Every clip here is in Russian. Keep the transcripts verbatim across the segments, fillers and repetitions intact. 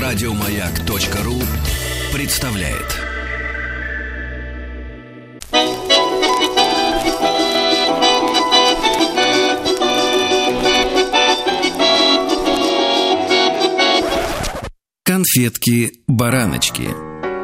Радиомаяк.ру представляет. Конфетки-бараночки.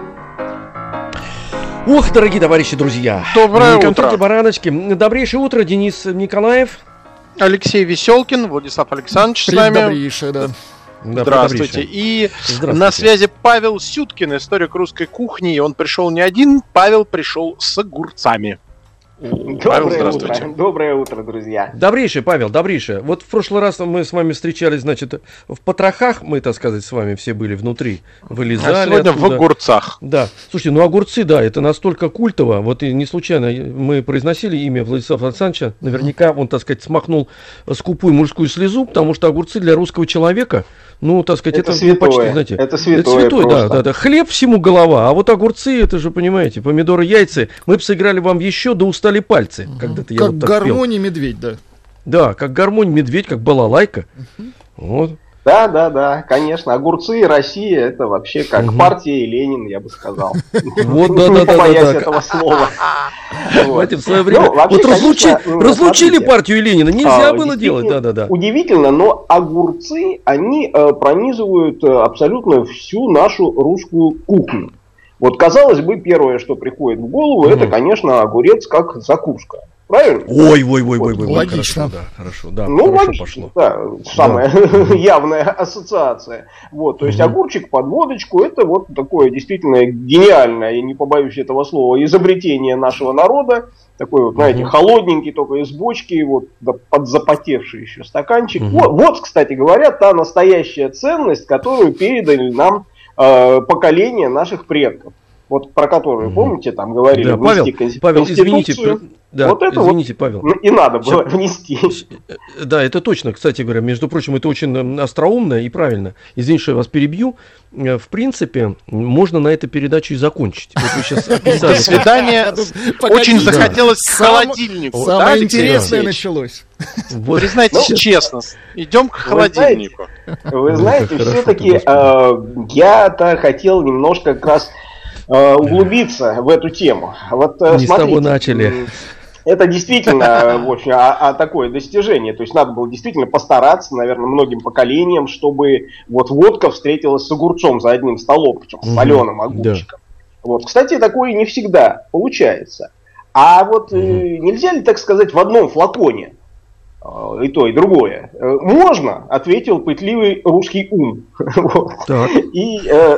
Ух, дорогие товарищи, друзья. Доброе утро. Конфетки-бараночки. Добрейшее утро, Денис Николаев. Алексей Веселкин, Владислав Александрович с нами. Добрейшее, да. Здравствуйте. И Здравствуйте. На связи Павел Сюткин, историк русской кухни. И он пришел не один, Павел пришел с огурцами. Павел, Доброе здравствуйте. утро. Доброе утро, друзья. Добрейшее, Павел, добрейшее. Вот в прошлый раз мы с вами встречались, значит, в потрохах, мы, так сказать, с вами все были внутри, вылезали А сегодня оттуда. в огурцах. Да. Слушайте, ну огурцы, да, это настолько культово. Вот и не случайно мы произносили имя Владислава Александровича. Наверняка он, так сказать, смахнул скупую мужскую слезу, потому что огурцы для русского человека, ну, так сказать, Это это, святое. почти, знаете, Это святое это святой, да, просто. да, да. Хлеб всему голова, а вот огурцы, это же, понимаете, помидоры, яйца. Мы бы сыграли вам еще, да устали пальцы. Когда-то я Как вот так пел. гармония медведь, да. Да, как гармонь медведь, как балалайка. Вот. Да, да, да, конечно. Огурцы и Россия — это вообще как Мгм. партия и Ленин, я бы сказал. Вот, да, Не да, да, побоясь да, да. этого слова. Вот. Знаете, в свое время. Ну, вообще, вот разлучи- конечно, ну, разлучили смотрите. партию и Ленина, нельзя А, было делать, действительно, да, да, да. Удивительно, но огурцы, они э, пронизывают э, абсолютно всю нашу русскую кухню. Вот, казалось бы, первое, что приходит в голову, это, Мгм. конечно, огурец как закуска. Правильно? Ой, ой, ой, ой, ой, ой, Логично. хорошо, да, хорошо, да, Ну, хорошо логично, пошло. да, самая явная ассоциация. Вот, то есть Мгм. огурчик под водочку — это вот такое действительно гениальное, я не побоюсь этого слова, изобретение нашего народа. Такой вот, знаете, Мгм. холодненький, только из бочки, вот да, подзапотевший еще стаканчик. Мгм. Вот, вот, кстати говоря, та настоящая ценность, которую передали нам э, поколения наших предков. Вот про которую, Мгм. помните, там говорили, Да, Павел, внести кон- Павел, извините, конституцию. пр- да, Вот это извините, Павел. Ну, и надо было внести. Э, Да, это точно, кстати говоря, между прочим, это очень м, остроумно и правильно. Извините, что я вас перебью. Э, В принципе, можно на этой передачу и закончить. Вот вы сейчас До описали. свидания. Погодите. Очень захотелось к Сам- холодильнику. да, Самое Алексей интересное Алексеевич? началось. Вот. Признайтесь Ну, честно. Идем к вы знаете, холодильнику. Вы знаете, как хорошо-то, все-таки Господи. я-то хотел немножко как раз э, углубиться в эту тему. Вот э, Не с смотрите, того начали. м, это действительно в общем, а, а такое достижение. То есть надо было действительно постараться, наверное, многим поколениям, чтобы вот водка встретилась с огурцом за одним столом, причем с Мгм. соленым огурчиком. Вот, кстати, такое не всегда получается. А вот э, нельзя ли, так сказать, в одном флаконе э, и то, и другое? Э, Можно, ответил пытливый русский ум. Вот. Так. И э,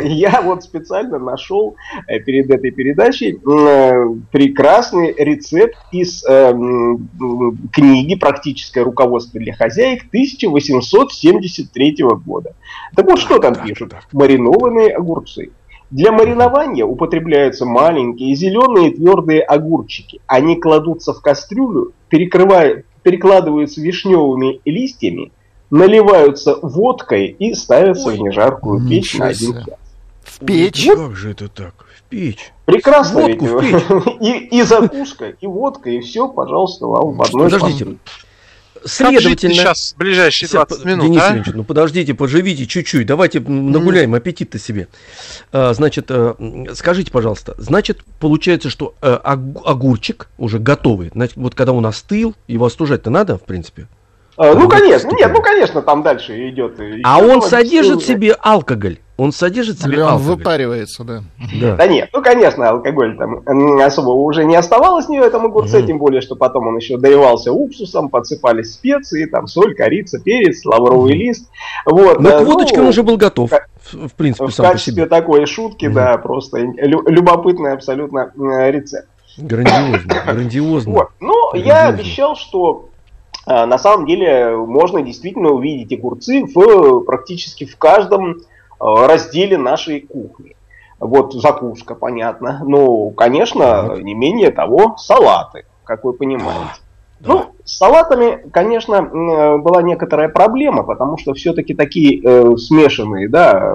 я вот специально нашел э, перед этой передачей э, прекрасный рецепт из э, м, книги «Практическое руководство для хозяек» тысяча восемьсот семьдесят третьего года. Так вот, что там пишут? Маринованные огурцы. Для маринования употребляются маленькие зеленые твердые огурчики. Они кладутся в кастрюлю, перекрывая, перекладываются вишневыми листьями, наливаются водкой и ставятся Ой, в нежаркую печь ничего на один себе. час. В печь. Как же это так? В печь. Прекрасно Водку в ведь. И, и закуска, и водка, и все, пожалуйста, вам в одной Подождите. посуде. Следовательно... Сейчас, ближайшие Ся- двадцать минут, Денис а? Ильич, ну подождите, поживите чуть-чуть, давайте м, нагуляем аппетит-то себе. А, значит, а, м, скажите, пожалуйста, значит, получается, что а, ог- огурчик уже готовый, значит, вот когда он остыл, его остужать-то надо, в принципе? А, Ну, Ну, конечно, ступай. нет, ну, конечно, там дальше идет. и- А идет он вот содержит в всё. себе алкоголь, он содержит в себе Или он алкоголь. выпаривается, да. Да. Да нет, ну конечно, алкоголь там м, особо уже не оставалось ни в этом огурце, Мгм. тем более, что потом он еще доевался уксусом, подсыпались специи, там соль, корица, перец, лавровый лист. Вот, Но э, к водочке ну, он уже был готов, ка- в, в принципе, в сам по качестве себе. такой шутки, Мгм. да, просто лю- любопытный абсолютно э, рецепт. Грандиозно, грандиозно. Вот. Ну, я Грандиозно. обещал, что э, на самом деле можно действительно увидеть огурцы в, практически в каждом э, разделе нашей кухни. Вот закуска, понятно. Ну, конечно, Так. не менее того, салаты, как вы понимаете. Да. Ну, с салатами, конечно, м, была некоторая проблема, потому что все-таки такие э, смешанные, да,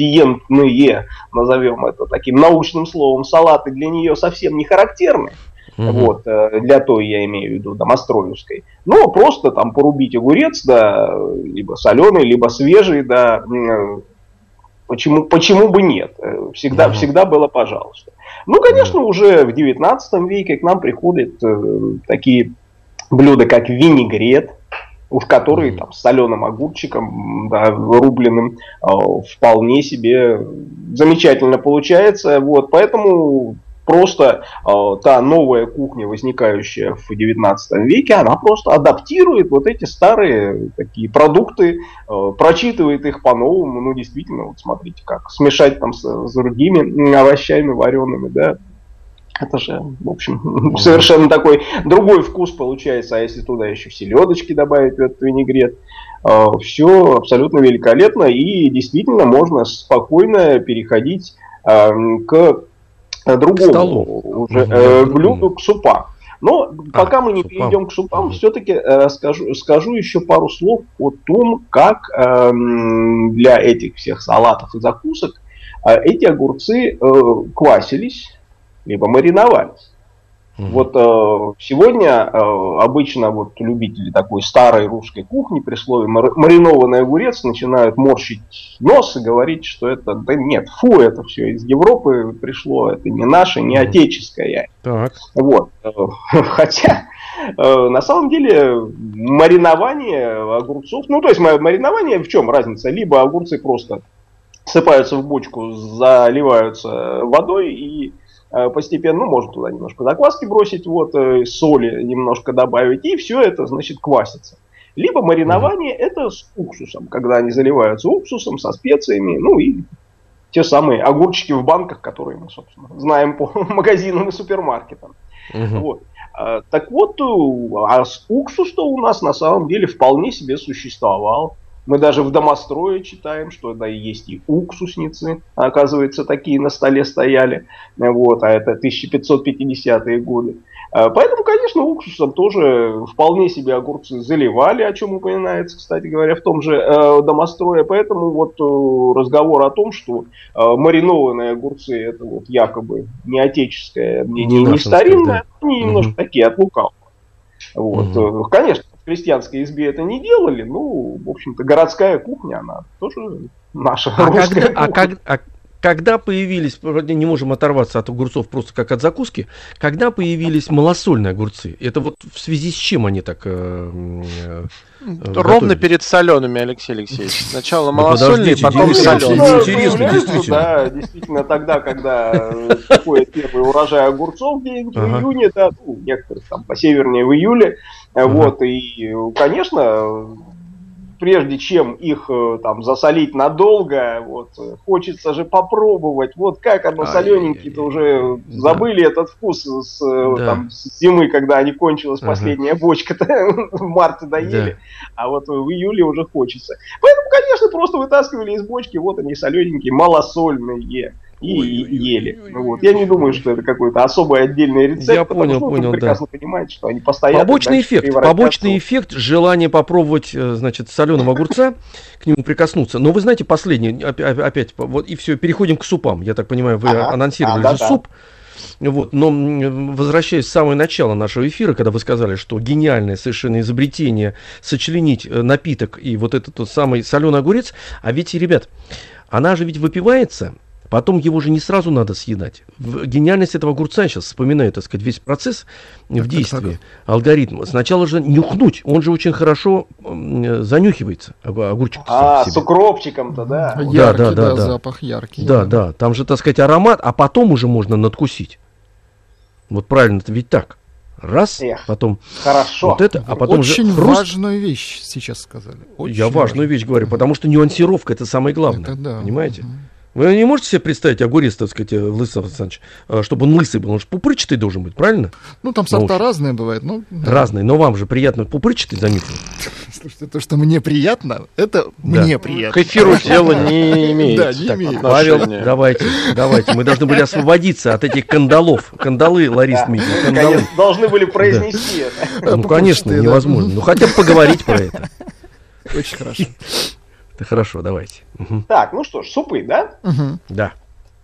многоингредиентные, назовем это таким научным словом, салаты для нее совсем не характерны. Угу. Вот, для той я имею в виду домостроевской. Ну, просто там порубить огурец, да, либо соленый, либо свежий, да, почему, почему бы нет? Всегда, угу. всегда было пожалуйста. Ну, конечно, угу. уже в девятнадцатом веке к нам приходят такие блюда, как винегрет, в который там, с соленым огурчиком, да, рубленым, э, вполне себе замечательно получается. Вот, поэтому просто э, та новая кухня, возникающая в девятнадцатом веке, она просто адаптирует вот эти старые такие продукты, э, прочитывает их по-новому. Ну, действительно, вот смотрите, как смешать там с, с другими овощами вареными, да. Это же, в общем, совершенно такой другой вкус получается. А если туда еще селедочки добавить в этот винегрет, все абсолютно великолепно. И действительно можно спокойно переходить к другому уже, э, блюду, к супам. Но а, пока мы не супам. перейдем к супам, mm-hmm. все-таки э, скажу, скажу еще пару слов о том, как э, для этих всех салатов и закусок э, эти огурцы э, квасились, либо мариновались. Mm-hmm. Вот э, сегодня э, обычно вот любители такой старой русской кухни при слове мар- маринованный огурец начинают морщить нос и говорить, что это, да нет, фу, это все из Европы пришло, это не наше, не mm-hmm. отеческое. Так. Вот. Хотя э, на самом деле маринование огурцов, ну то есть маринование в чем разница? Либо огурцы просто сыпаются в бочку, заливаются водой и постепенно, ну, можно туда немножко закваски бросить, вот, соли немножко добавить, и все это, значит, квасится. Либо маринование, mm-hmm. это с уксусом, когда они заливаются уксусом, со специями, ну, и те самые огурчики в банках, которые мы, собственно, знаем по магазинам и супермаркетам. Mm-hmm. Вот. А, так вот, а уксус-то у нас на самом деле вполне себе существовал. Мы даже в домострое читаем, что да, есть и уксусницы, оказывается, такие на столе стояли, вот, а это тысяча пятьсот пятидесятые годы. Поэтому, конечно, уксусом тоже вполне себе огурцы заливали, о чем упоминается, кстати говоря, в том же э, домострое. Поэтому вот э, разговор о том, что э, маринованные огурцы это вот якобы не отеческое, не, не, не старинное, да. Они немножко угу. такие от лукавого. Вот, угу. Конечно, в крестьянской избе это не делали, ну, в общем-то, городская кухня, она тоже наша а русская когда, кухня. А, как, а когда появились, вроде не можем оторваться от огурцов просто как от закуски, когда появились малосольные огурцы? Это вот в связи с чем они так э, э, Ровно готовились? Перед солеными, Алексей Алексеевич. Сначала малосольные, да потом соленые. Интересно, действительно. Да, действительно, тогда, когда такой первый урожай огурцов где-нибудь ага. в июне, да, ну, некоторых там посевернее в июле, ага. вот, и, конечно, прежде чем их там засолить надолго, вот, хочется же попробовать, вот как оно солененькие-то уже да. забыли этот вкус с, да. там, с зимы, когда они кончилась ага. последняя бочка-то, в марте доели, да. а вот в июле уже хочется. Поэтому, конечно, просто вытаскивали из бочки, вот они солененькие, малосольные. И ой, ели. Ой, ой, вот. Я не думаю, что это какой-то особый отдельный рецепт. Я понял, что понял, вы прекрасно да. понимаете, что они постоянно... Побочный эффект, побочный эффект, желание попробовать, значит, соленого огурца, к нему прикоснуться. Но вы знаете, последнее, опять, вот и все, переходим к супам. Я так понимаю, вы ага, анонсировали а, же да, суп. Да. Вот, но возвращаясь в самое начало нашего эфира, когда вы сказали, что гениальное совершенно изобретение сочленить напиток и вот этот тот самый соленый огурец, а ведь, ребят, она же ведь выпивается... Потом его же не сразу надо съедать. Гениальность этого огурца, я сейчас вспоминаю, так сказать, весь процесс в действии, алгоритм. Сначала же нюхнуть, он же очень хорошо э, занюхивается, огурчик. А, с укропчиком-то, да? Яркий, да, да, да, да, да, запах яркий. Да, да, да, там же, так сказать, аромат, а потом уже можно надкусить. Вот правильно, это ведь так. Раз, Эх, потом хорошо. Вот это, а потом очень же хруст. важную вещь сейчас сказали. Очень я важную важную вещь говорю, потому что нюансировка это самое главное. Это да. Понимаете? Угу. Вы не можете себе представить огурец, так сказать, Лысый Александрович, чтобы он лысый был, он же пупырчатый должен быть, правильно? Ну, там сорта разные бывают. Ну, да. Разные, но вам же приятно пупырчатый занюхивать. Слушайте, то, что мне приятно, это да. мне приятно. К эфиру дело не имеет. Да, не имеет. Павел, давайте, давайте, мы должны были освободиться от этих кандалов. Кандалы, Лариса Дмитриевна, кандалы. Должны были произнести это. Ну, конечно, невозможно. Ну, хотя бы поговорить про это. Очень хорошо. Это хорошо, давайте. Угу. Так, ну что ж, супы, да? Угу. Да.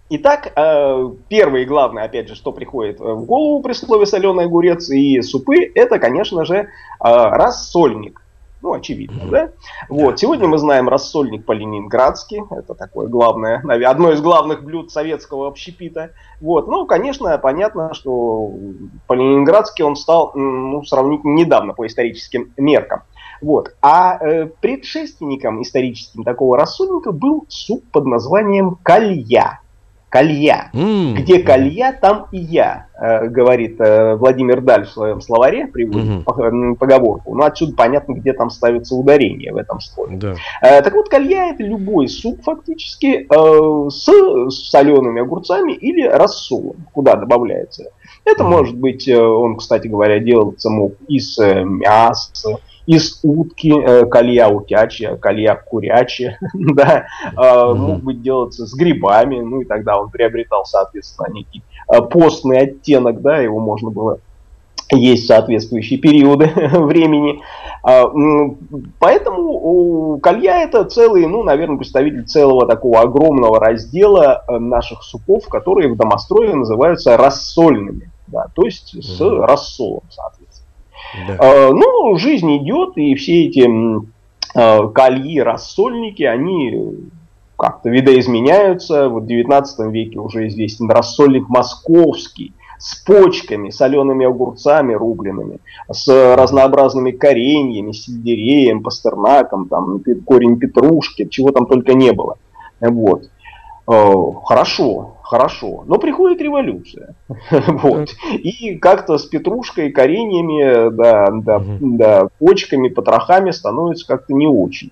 Итак, первое и главное, опять же, что приходит в голову при слове соленый огурец и супы, это, конечно же, рассольник. Ну, очевидно, да? Вот, сегодня мы знаем рассольник по-ленинградски, это такое главное, одно из главных блюд советского общепита. Вот, ну, конечно, понятно, что по-ленинградски он стал, ну, сравнительно недавно по историческим меркам. Вот, а э, предшественником историческим такого рассольника был суп под названием калья. Калья. Mm. Где калья, там и я, э, говорит э, Владимир Даль в своем словаре, приводит mm-hmm. поговорку. Ну, отсюда понятно, где там ставится ударение в этом слове. Yeah. Э, так вот, калья — это любой суп фактически э, с, с солеными огурцами или рассолом, куда добавляется. Это mm-hmm. может быть, э, он, кстати говоря, делается мог из э, мяса, из утки, э, калья утячья, калья курячья, да, э, mm-hmm. мог быть делаться с грибами, ну и тогда он приобретал, соответственно, некий э, постный оттенок, да, его можно было есть в соответствующие периоды времени. Э, поэтому э, калья — это целый, ну, наверное, представитель целого такого огромного раздела э, наших супов, которые в домострое называются рассольными, да, то есть mm-hmm. с рассолом, соответственно. Да. Uh, ну, жизнь идет, и все эти uh, кальи, рассольники, они как-то видоизменяются. Вот в девятнадцатом веке уже известен рассольник московский с почками, солеными огурцами рубленными, с разнообразными кореньями, сельдереем, пастернаком, там, корень петрушки, чего там только не было. Вот. Uh, хорошо. Хорошо, но приходит революция, вот, и как-то с петрушкой, кореньями, да, да, угу. да, почками, потрохами становится как-то не очень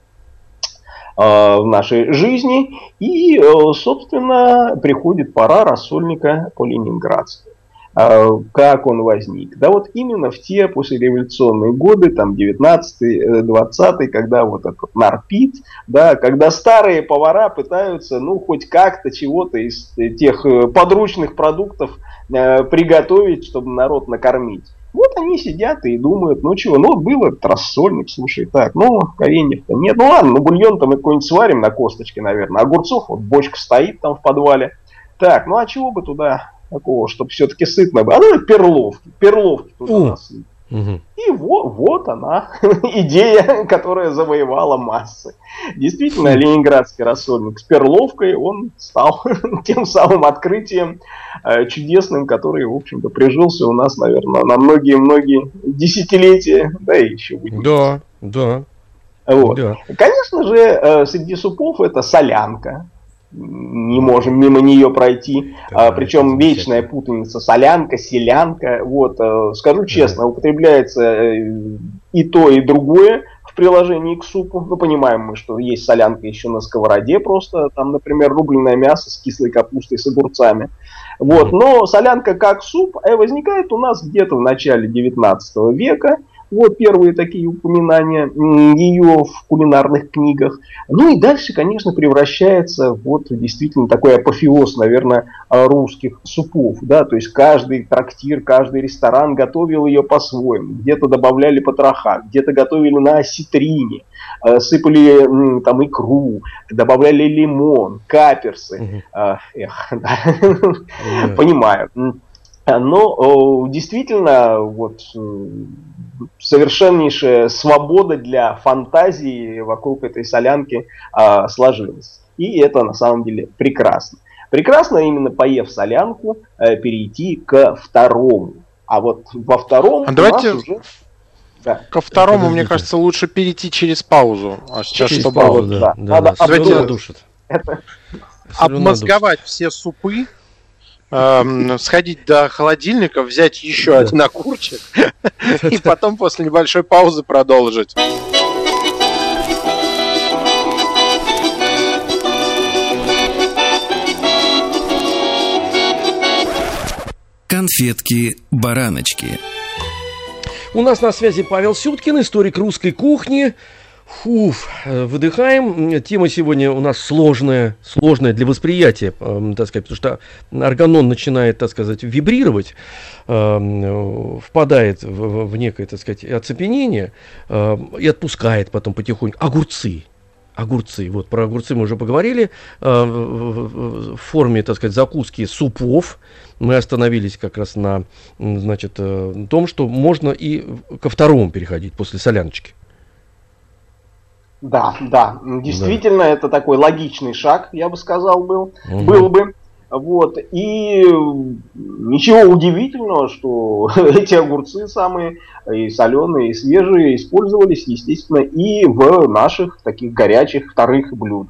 э, в нашей жизни, и, э, собственно, приходит пора рассольника по-ленинградски. Э, как он возник? Да вот именно в те послереволюционные годы, там девятнадцатый, двадцатый, когда вот этот нарпит, да, когда старые повара пытаются, ну, хоть как-то чего-то из тех подручных продуктов э, приготовить, чтобы народ накормить. Вот они сидят и думают, ну чего, ну был этот рассольник, слушай, так, ну кореньев-то нет, ну ладно, ну бульон-то мы какой-нибудь сварим на косточке, наверное, огурцов, вот бочка стоит там в подвале. Так, ну а чего бы туда такого, чтобы все-таки сытно было? А ну перловки, перловки туда uh. насыпать. Угу. И вот, вот она, идея, которая завоевала массы. Действительно, ленинградский рассольник с перловкой, он стал тем самым открытием э, чудесным, который, в общем-то, прижился у нас, наверное, на многие-многие десятилетия, да и еще будет. Да, да. Вот. да. Конечно же, э, среди супов это солянка. Не можем мимо нее пройти. Да, а, причем вечная путаница солянка, селянка. Вот, э, скажу честно, да. употребляется э, и то, и другое в приложении к супу. Ну, понимаем мы, что есть солянка еще на сковороде просто. Там, например, рубленое мясо с кислой капустой, с огурцами. Вот, но солянка как суп возникает у нас где-то в начале девятнадцатого века. Вот первые такие упоминания ее в кулинарных книгах. Ну и дальше, конечно, превращается вот действительно такой апофеоз, наверное, русских супов. Да? То есть каждый трактир, каждый ресторан готовил ее по-своему. Где-то добавляли потроха, где-то готовили на осетрине, сыпали там икру, добавляли лимон, каперсы. Mm-hmm. Эх, да. Mm-hmm. Понимаю. Но действительно, вот совершеннейшая свобода для фантазии вокруг этой солянки а, сложилась. И это на самом деле прекрасно. Прекрасно именно поев солянку а, перейти ко второму. А вот во втором а у давайте нас уже... Да. Ко второму, Подождите. Мне кажется, лучше перейти через паузу. А сейчас через чтобы... паузу, да. да, Надо да, обдумать. Это... обмозговать все супы, Эм, сходить до холодильника, взять еще да. один огурчик и потом после небольшой паузы продолжить. Конфетки-бараночки. У нас на связи Павел Сюткин, историк русской кухни. Фуф, выдыхаем. Тема сегодня у нас сложная, сложная для восприятия, э, так сказать, потому что органон начинает, так сказать, вибрировать, э, впадает в, в некое, так сказать, оцепенение э, и отпускает потом потихоньку. Огурцы. огурцы. Вот про огурцы мы уже поговорили. Э, в форме, так сказать, закуски супов. Мы остановились как раз на, значит, э, том, что можно и ко второму переходить после соляночки. Да, да, действительно, да. Это такой логичный шаг, я бы сказал, был, угу. был бы. Вот, и ничего удивительного, что эти огурцы самые и соленые, и свежие использовались, естественно, и в наших таких горячих вторых блюдах.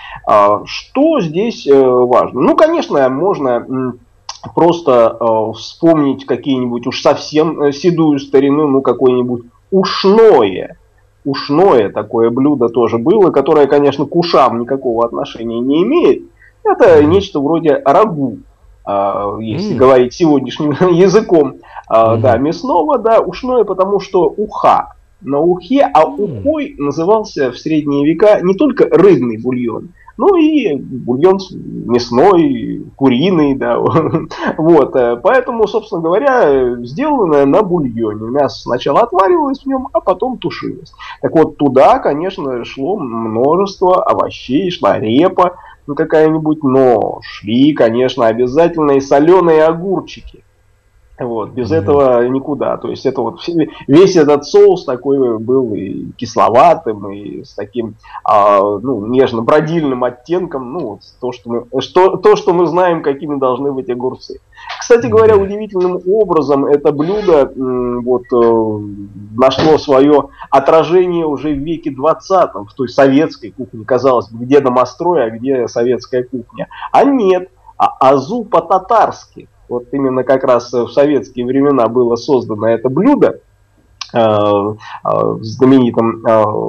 Что здесь важно? Ну, конечно, можно просто вспомнить какие-нибудь уж совсем седую старину, ну, какое-нибудь ушное. Ушное такое блюдо тоже было, которое, конечно, к ушам никакого отношения не имеет. Это mm. нечто вроде рагу, э, если mm. говорить сегодняшним языком, э, mm. да, мясного, да, ушное, потому что уха на ухе, а ухой назывался в средние века не только рыбный бульон, но и бульон мясной, куриный, да, вот, поэтому, собственно говоря, сделанное на бульоне. Мясо сначала отваривалось в нем, а потом тушилось. Так вот, туда, конечно, шло множество овощей, шла репа, ну, какая-нибудь, но шли, конечно, обязательно и соленые огурчики. Вот, без mm-hmm. этого никуда. То есть это вот весь этот соус такой был и кисловатым, и с таким а, ну, нежно-бродильным оттенком. Ну, вот, то, что мы, что, то, что мы знаем, какими должны быть огурцы. Кстати говоря, удивительным образом это блюдо м, вот, э, нашло свое отражение уже в веке двадцатом, в той советской кухне. Казалось бы, где домострой, а где советская кухня. А нет, а азу по-татарски. Вот именно как раз в советские времена было создано это блюдо э, э, знаменитым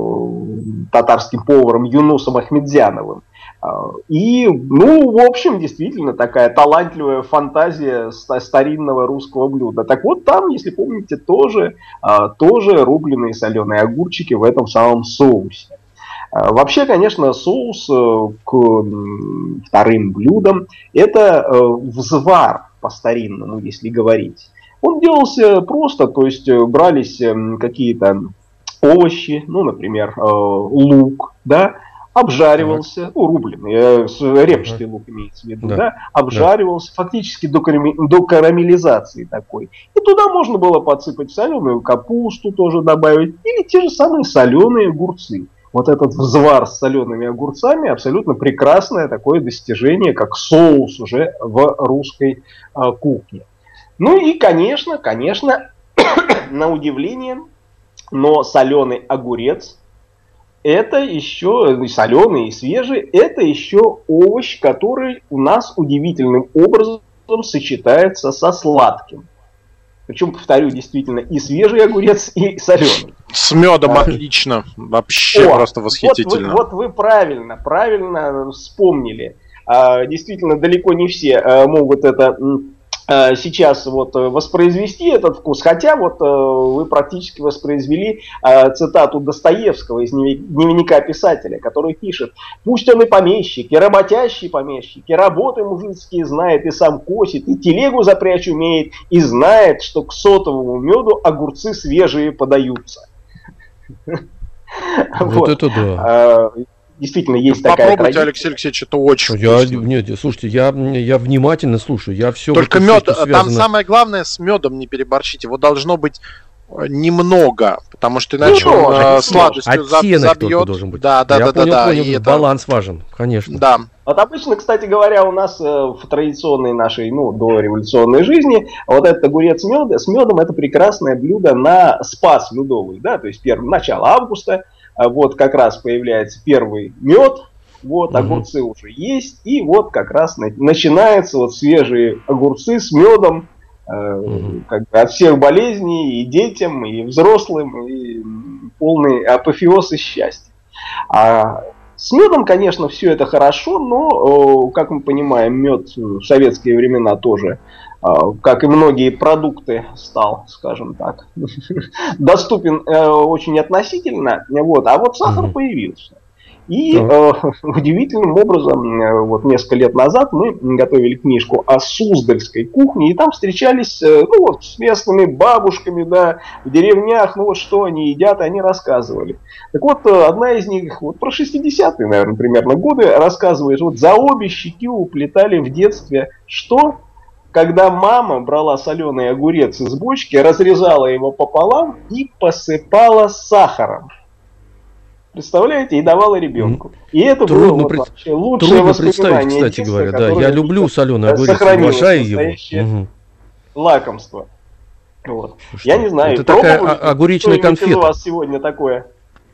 э, татарским поваром Юнусом Ахмедзяновым. Э, и, ну, в общем, действительно такая талантливая фантазия старинного русского блюда. Так вот, там, если помните, тоже, э, тоже рубленые соленые огурчики в этом самом соусе. Вообще, конечно, соус к вторым блюдам – это взвар по-старинному, если говорить. Он делался просто, то есть брались какие-то овощи, ну, например, лук, да, обжаривался, ну, рубленый, репчатый лук имеется в виду, да, да обжаривался, да. фактически до, карами, до карамелизации такой. И туда можно было подсыпать соленую капусту, тоже добавить, или те же самые соленые огурцы. Вот этот взвар с солеными огурцами абсолютно прекрасное такое достижение, как соус уже в русской э, кухне. Ну и, конечно, конечно, на удивление, но соленый огурец, это еще, и соленый, и свежий, это еще овощ, который у нас удивительным образом сочетается со сладким. Причем, повторю, действительно, и свежий огурец, и соленый. С медом а, отлично. Вообще о, просто восхитительно. Вот вы, вот вы правильно, правильно вспомнили. А, действительно, далеко не все а, могут это а, сейчас вот воспроизвести, этот вкус. Хотя вот а, вы практически воспроизвели а, цитату Достоевского из дневника писателя, который пишет: «Пусть он и помещик, и работящий помещик, и работы мужицкие знает, и сам косит, и телегу запрячь умеет, и знает, что к сотовому меду огурцы свежие подаются». Вот, вот это да. А, действительно, есть Попробуйте, такая традиция. Алексей Алексеевич, это очень я, вкусно. Нет, слушайте, я, я внимательно слушаю, я все... Только вот мед, связано... там самое главное, с медом не переборщите, его должно быть немного, потому что иначе ну, он э, сладостью забьет. Должен быть. Да, да, я да, понял, да, понял, и это... баланс важен, конечно. Да. Вот обычно, кстати говоря, у нас э, в традиционной нашей, ну, дореволюционной жизни вот этот огурец меда, с медом это прекрасное блюдо на Спас медовый, да, то есть первое, начало августа, э, вот как раз появляется первый мед, вот угу. огурцы уже есть, и вот как раз на, начинаются вот свежие огурцы с медом, э, угу. как бы от всех болезней и детям, и взрослым, и полный апофеоз и счастье. А с медом, конечно, все это хорошо, но, как мы понимаем, мед в советские времена тоже, как и многие продукты, стал, скажем так, доступен очень относительно. Вот. А вот сахар появился. И э, удивительным образом, э, вот несколько лет назад мы готовили книжку о суздальской кухне, и там встречались э, ну, вот, с местными бабушками, да, в деревнях, ну вот что они едят, они рассказывали. Так вот, э, одна из них, вот про шестидесятые, наверное, примерно годы, рассказывает, вот за обе щеки уплетали в детстве, что... Когда мама брала соленый огурец из бочки, разрезала его пополам и посыпала сахаром. Представляете? И давала ребенку. И это трудно было вот пред... вообще лучшее трудно воспоминание представить, кстати детства, говоря. Да, я люблю соленый огурец, обожаю его. Угу. Лакомство. Вот. Я не знаю, это такая огуречная конфета. У вас сегодня такое?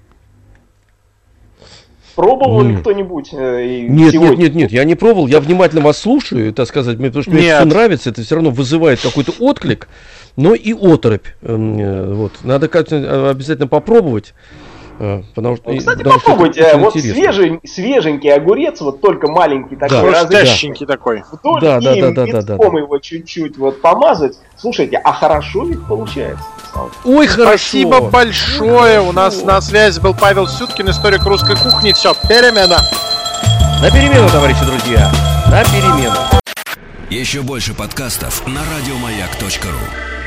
Пробовал ли кто-нибудь? Э, нет, сегодня? нет, нет, нет, я не пробовал, я внимательно вас слушаю, так сказать, потому что мне это нравится, это все равно вызывает какой-то отклик, но и оторопь. Э, вот. Надо как-то обязательно попробовать. Э, потому что, ну, кстати, потому попробуйте, что вот свежий, свеженький огурец, вот только маленький такой, да, разрященький да. такой. Вдоль да, и да, да, да, да, да, да. его чуть-чуть вот помазать. Слушайте, а хорошо ведь получается? Ой, хорошо. Спасибо большое. У нас на связи был Павел Сюткин, историк русской кухни. Все, перемена. На перемену, товарищи друзья. На перемену. Еще больше подкастов на радиомаяк точка ру.